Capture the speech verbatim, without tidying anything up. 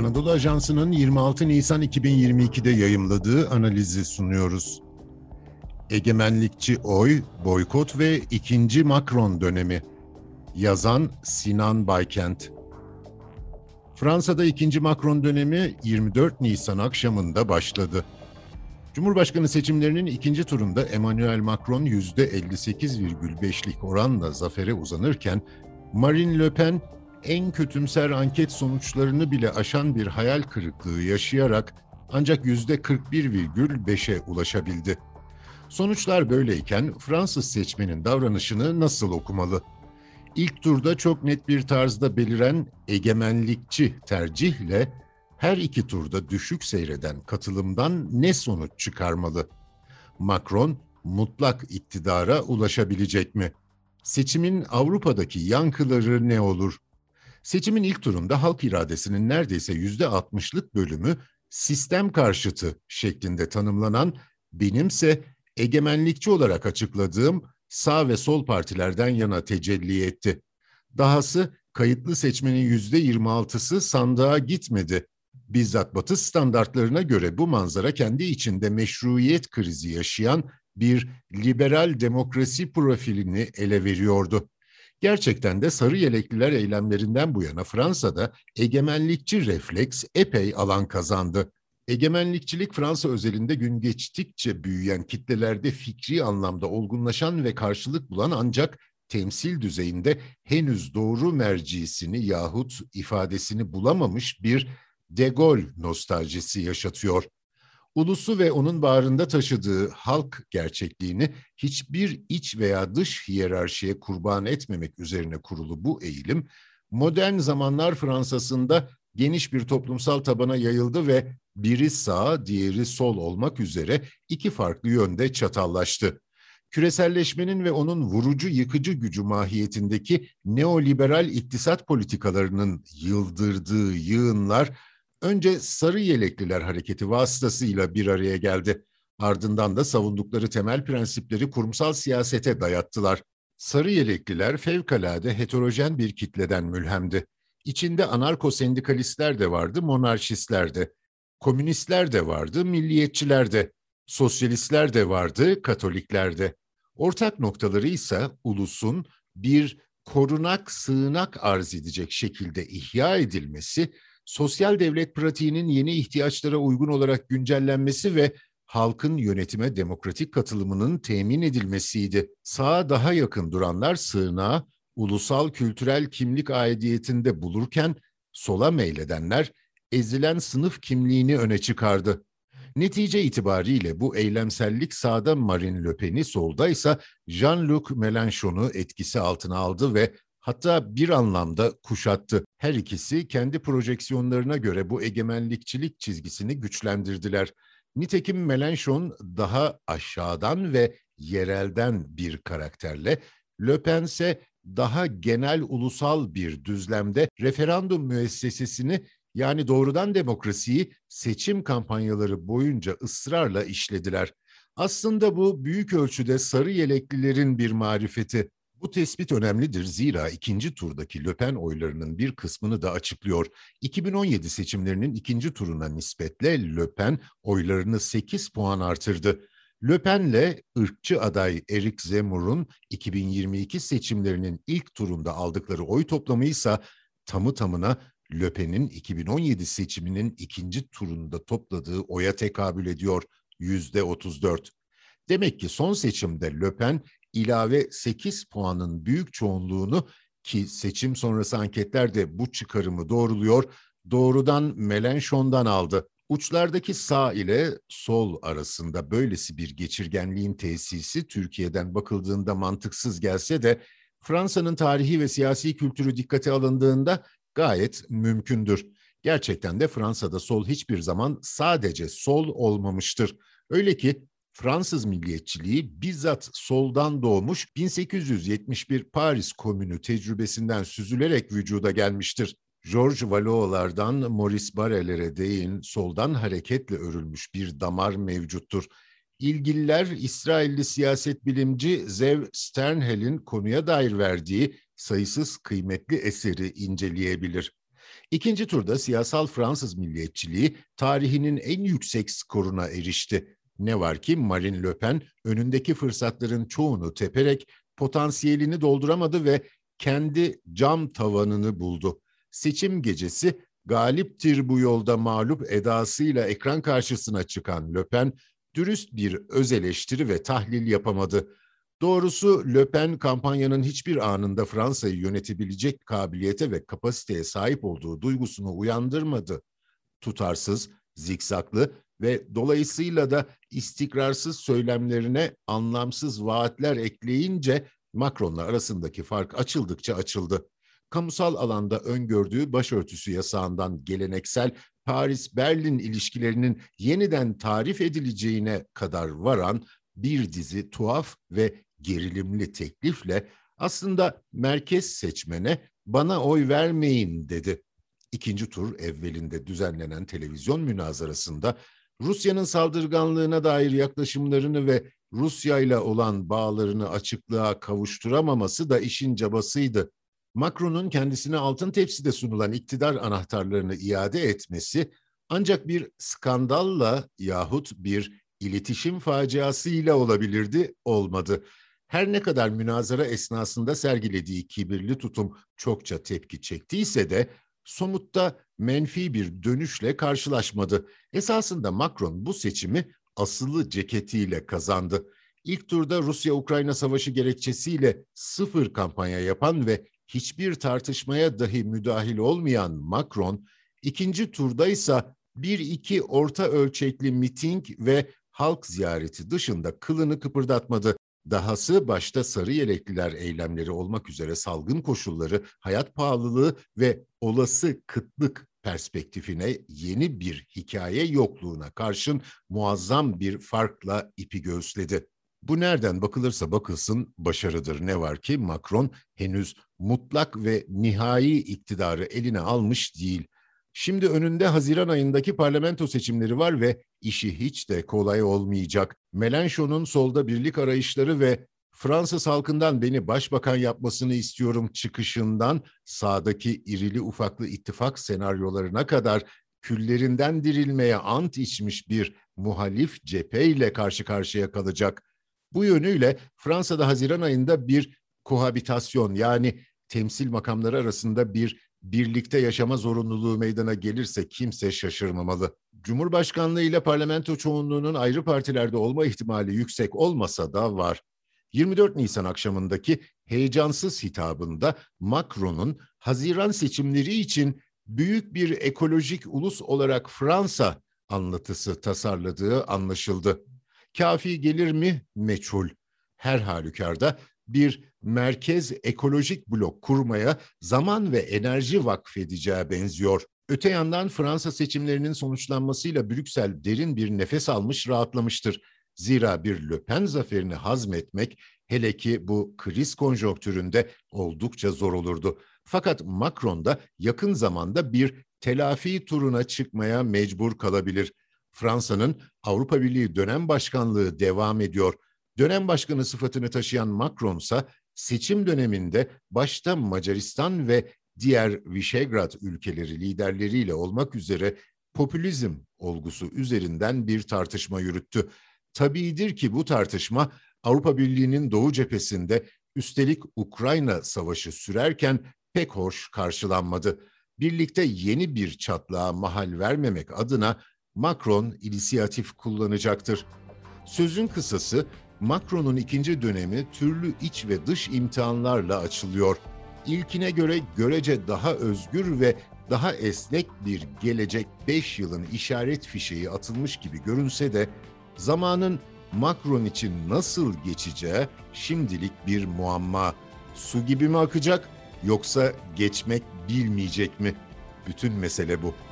Anadolu Ajansı'nın yirmi altı Nisan iki bin yirmi ikide yayımladığı analizi sunuyoruz. Egemenlikçi oy, boykot ve ikinci Macron dönemi. Yazan Sinan Baykent. Fransa'da ikinci Macron dönemi yirmi dört Nisan akşamında başladı. Cumhurbaşkanı seçimlerinin ikinci turunda Emmanuel Macron yüzde elli sekiz virgül beşlik oranla zafere uzanırken, Marine Le Pen en kötümser anket sonuçlarını bile aşan bir hayal kırıklığı yaşayarak ancak yüzde kırk bir virgül beşe ulaşabildi. Sonuçlar böyleyken Fransız seçmenin davranışını nasıl okumalı? İlk turda çok net bir tarzda beliren egemenlikçi tercihle her iki turda düşük seyreden katılımdan ne sonuç çıkarmalı? Macron mutlak iktidara ulaşabilecek mi? Seçimin Avrupa'daki yankıları ne olur? Seçimin ilk turunda halk iradesinin neredeyse yüzde altmışlık bölümü sistem karşıtı şeklinde tanımlanan, benimse egemenlikçi olarak açıkladığım sağ ve sol partilerden yana tecelli etti. Dahası kayıtlı seçmenin yüzde yirmi altısı sandığa gitmedi. Bizzat Batı standartlarına göre bu manzara kendi içinde meşruiyet krizi yaşayan bir liberal demokrasi profilini ele veriyordu. Gerçekten de sarı yelekliler eylemlerinden bu yana Fransa'da egemenlikçi refleks epey alan kazandı. Egemenlikçilik Fransa özelinde gün geçtikçe büyüyen kitlelerde fikri anlamda olgunlaşan ve karşılık bulan ancak temsil düzeyinde henüz doğru mercisini yahut ifadesini bulamamış bir De Gaulle nostaljisi yaşatıyor. Ulusu ve onun bağrında taşıdığı halk gerçekliğini hiçbir iç veya dış hiyerarşiye kurban etmemek üzerine kurulu bu eğilim, modern zamanlar Fransa'sında geniş bir toplumsal tabana yayıldı ve biri sağ, diğeri sol olmak üzere iki farklı yönde çatallaştı. Küreselleşmenin ve onun vurucu yıkıcı gücü mahiyetindeki neoliberal iktisat politikalarının yıldırdığı yığınlar, önce sarı yelekliler hareketi vasıtasıyla bir araya geldi. Ardından da savundukları temel prensipleri kurumsal siyasete dayattılar. Sarı yelekliler fevkalade heterojen bir kitleden mülhemdi. İçinde anarko-sendikalistler de vardı, monarşistler de. Komünistler de vardı, milliyetçiler de. Sosyalistler de vardı, Katolikler de. Ortak noktaları ise ulusun bir korunak sığınak arz edecek şekilde ihya edilmesi, sosyal devlet pratiğinin yeni ihtiyaçlara uygun olarak güncellenmesi ve halkın yönetime demokratik katılımının temin edilmesiydi. Sağa daha yakın duranlar sığınağı ulusal kültürel kimlik aidiyetinde bulurken, sola meyledenler ezilen sınıf kimliğini öne çıkardı. Netice itibariyle bu eylemsellik sağda Marine Le Pen'i, solda ise Jean-Luc Mélenchon'u etkisi altına aldı ve hatta bir anlamda kuşattı. Her ikisi kendi projeksiyonlarına göre bu egemenlikçilik çizgisini güçlendirdiler. Nitekim Mélenchon daha aşağıdan ve yerelden bir karakterle, Le Pen ise daha genel ulusal bir düzlemde referandum müessesesini, yani doğrudan demokrasiyi seçim kampanyaları boyunca ısrarla işlediler. Aslında bu büyük ölçüde sarı yeleklilerin bir marifeti. Bu tespit önemlidir, zira ikinci turdaki Le Pen oylarının bir kısmını da açıklıyor. iki bin on yedi seçimlerinin ikinci turuna nispetle Le Pen oylarını sekiz puan artırdı. Le Pen'le ırkçı aday Eric Zemmour'un iki bin yirmi iki seçimlerinin ilk turunda aldıkları oy toplamı ise tamı tamına Le Pen'in iki bin on yedi seçiminin ikinci turunda topladığı oya tekabül ediyor, yüzde otuz dört. Demek ki son seçimde Le Pen ilave sekiz puanın büyük çoğunluğunu, ki seçim sonrası anketler de bu çıkarımı doğruluyor, doğrudan Mélenchon'dan aldı. Uçlardaki sağ ile sol arasında böylesi bir geçirgenliğin tesisi Türkiye'den bakıldığında mantıksız gelse de Fransa'nın tarihi ve siyasi kültürü dikkate alındığında gayet mümkündür. Gerçekten de Fransa'da sol hiçbir zaman sadece sol olmamıştır. Öyle ki Fransız milliyetçiliği bizzat soldan doğmuş bin sekiz yüz yetmiş bir Paris Komünü tecrübesinden süzülerek vücuda gelmiştir. Georges Valot'lardan Maurice Barrès'lere değin soldan hareketle örülmüş bir damar mevcuttur. İlgililer İsrailli siyaset bilimci Zev Sternhel'in konuya dair verdiği sayısız kıymetli eseri inceleyebilir. İkinci turda siyasal Fransız milliyetçiliği tarihinin en yüksek skoruna erişti. Ne var ki Marine Le Pen önündeki fırsatların çoğunu teperek potansiyelini dolduramadı ve kendi cam tavanını buldu. Seçim gecesi galiptir bu yolda mağlup edasıyla ekran karşısına çıkan Le Pen, dürüst bir öz eleştiri ve tahlil yapamadı. Doğrusu Le Pen kampanyanın hiçbir anında Fransa'yı yönetebilecek kabiliyete ve kapasiteye sahip olduğu duygusunu uyandırmadı. Tutarsız, zikzaklı ve dolayısıyla da istikrarsız söylemlerine anlamsız vaatler ekleyince Macron'la arasındaki fark açıldıkça açıldı. Kamusal alanda öngördüğü başörtüsü yasağından geleneksel Paris-Berlin ilişkilerinin yeniden tarif edileceğine kadar varan bir dizi tuhaf ve gerilimli teklifle aslında merkez seçmene "bana oy vermeyin" dedi. İkinci tur evvelinde düzenlenen televizyon münazarasında Rusya'nın saldırganlığına dair yaklaşımlarını ve Rusya ile olan bağlarını açıklığa kavuşturamaması da işin cabasıydı. Macron'un kendisine altın tepside sunulan iktidar anahtarlarını iade etmesi ancak bir skandalla yahut bir iletişim faciasıyla olabilirdi, olmadı. Her ne kadar münazara esnasında sergilediği kibirli tutum çokça tepki çektiyse de somutta menfi bir dönüşle karşılaşmadı. Esasında Macron bu seçimi asılı ceketiyle kazandı. İlk turda Rusya-Ukrayna savaşı gerekçesiyle sıfır kampanya yapan ve hiçbir tartışmaya dahi müdahil olmayan Macron, ikinci turda ise bir iki orta ölçekli miting ve halk ziyareti dışında kılını kıpırdatmadı. Dahası başta sarı yelekliler eylemleri olmak üzere salgın koşulları, hayat pahalılığı ve olası kıtlık perspektifine yeni bir hikaye yokluğuna karşın muazzam bir farkla ipi göğüsledi. Bu nereden bakılırsa bakılsın başarıdır. Ne var ki Macron henüz mutlak ve nihai iktidarı eline almış değil. Şimdi önünde Haziran ayındaki parlamento seçimleri var ve işi hiç de kolay olmayacak. Mélenchon'un solda birlik arayışları ve Fransız halkından beni başbakan yapmasını istiyorum çıkışından sağdaki irili ufaklı ittifak senaryolarına kadar küllerinden dirilmeye ant içmiş bir muhalif cepheyle karşı karşıya kalacak. Bu yönüyle Fransa'da Haziran ayında bir kohabitasyon, yani temsil makamları arasında bir birlikte yaşama zorunluluğu meydana gelirse kimse şaşırmamalı. Cumhurbaşkanlığı ile parlamento çoğunluğunun ayrı partilerde olma ihtimali yüksek olmasa da var. yirmi dört Nisan akşamındaki heyecansız hitabında Macron'un Haziran seçimleri için büyük bir ekolojik ulus olarak Fransa anlatısı tasarladığı anlaşıldı. Kafi gelir mi? Meçhul. Her halükarda bir merkez ekolojik blok kurmaya zaman ve enerji vakfedeceğe benziyor. Öte yandan Fransa seçimlerinin sonuçlanmasıyla Brüksel derin bir nefes almış, rahatlamıştır. Zira bir Le Pen zaferini hazmetmek, hele ki bu kriz konjonktüründe, oldukça zor olurdu. Fakat Macron da yakın zamanda bir telafi turuna çıkmaya mecbur kalabilir. Fransa'nın Avrupa Birliği dönem başkanlığı devam ediyor. Dönem başkanı sıfatını taşıyan Macron ise seçim döneminde başta Macaristan ve diğer Visegrad ülkeleri liderleriyle olmak üzere popülizm olgusu üzerinden bir tartışma yürüttü. Tabiidir ki bu tartışma Avrupa Birliği'nin Doğu cephesinde, üstelik Ukrayna savaşı sürerken, pek hoş karşılanmadı. Birlikte yeni bir çatlağa mahal vermemek adına Macron inisiyatif kullanacaktır. Sözün kısası, Macron'un ikinci dönemi türlü iç ve dış imtihanlarla açılıyor. İlkine göre görece daha özgür ve daha esnek bir gelecek beş yılın işaret fişeği atılmış gibi görünse de zamanın Macron için nasıl geçeceği şimdilik bir muamma. Su gibi mi akacak yoksa geçmek bilmeyecek mi? Bütün mesele bu.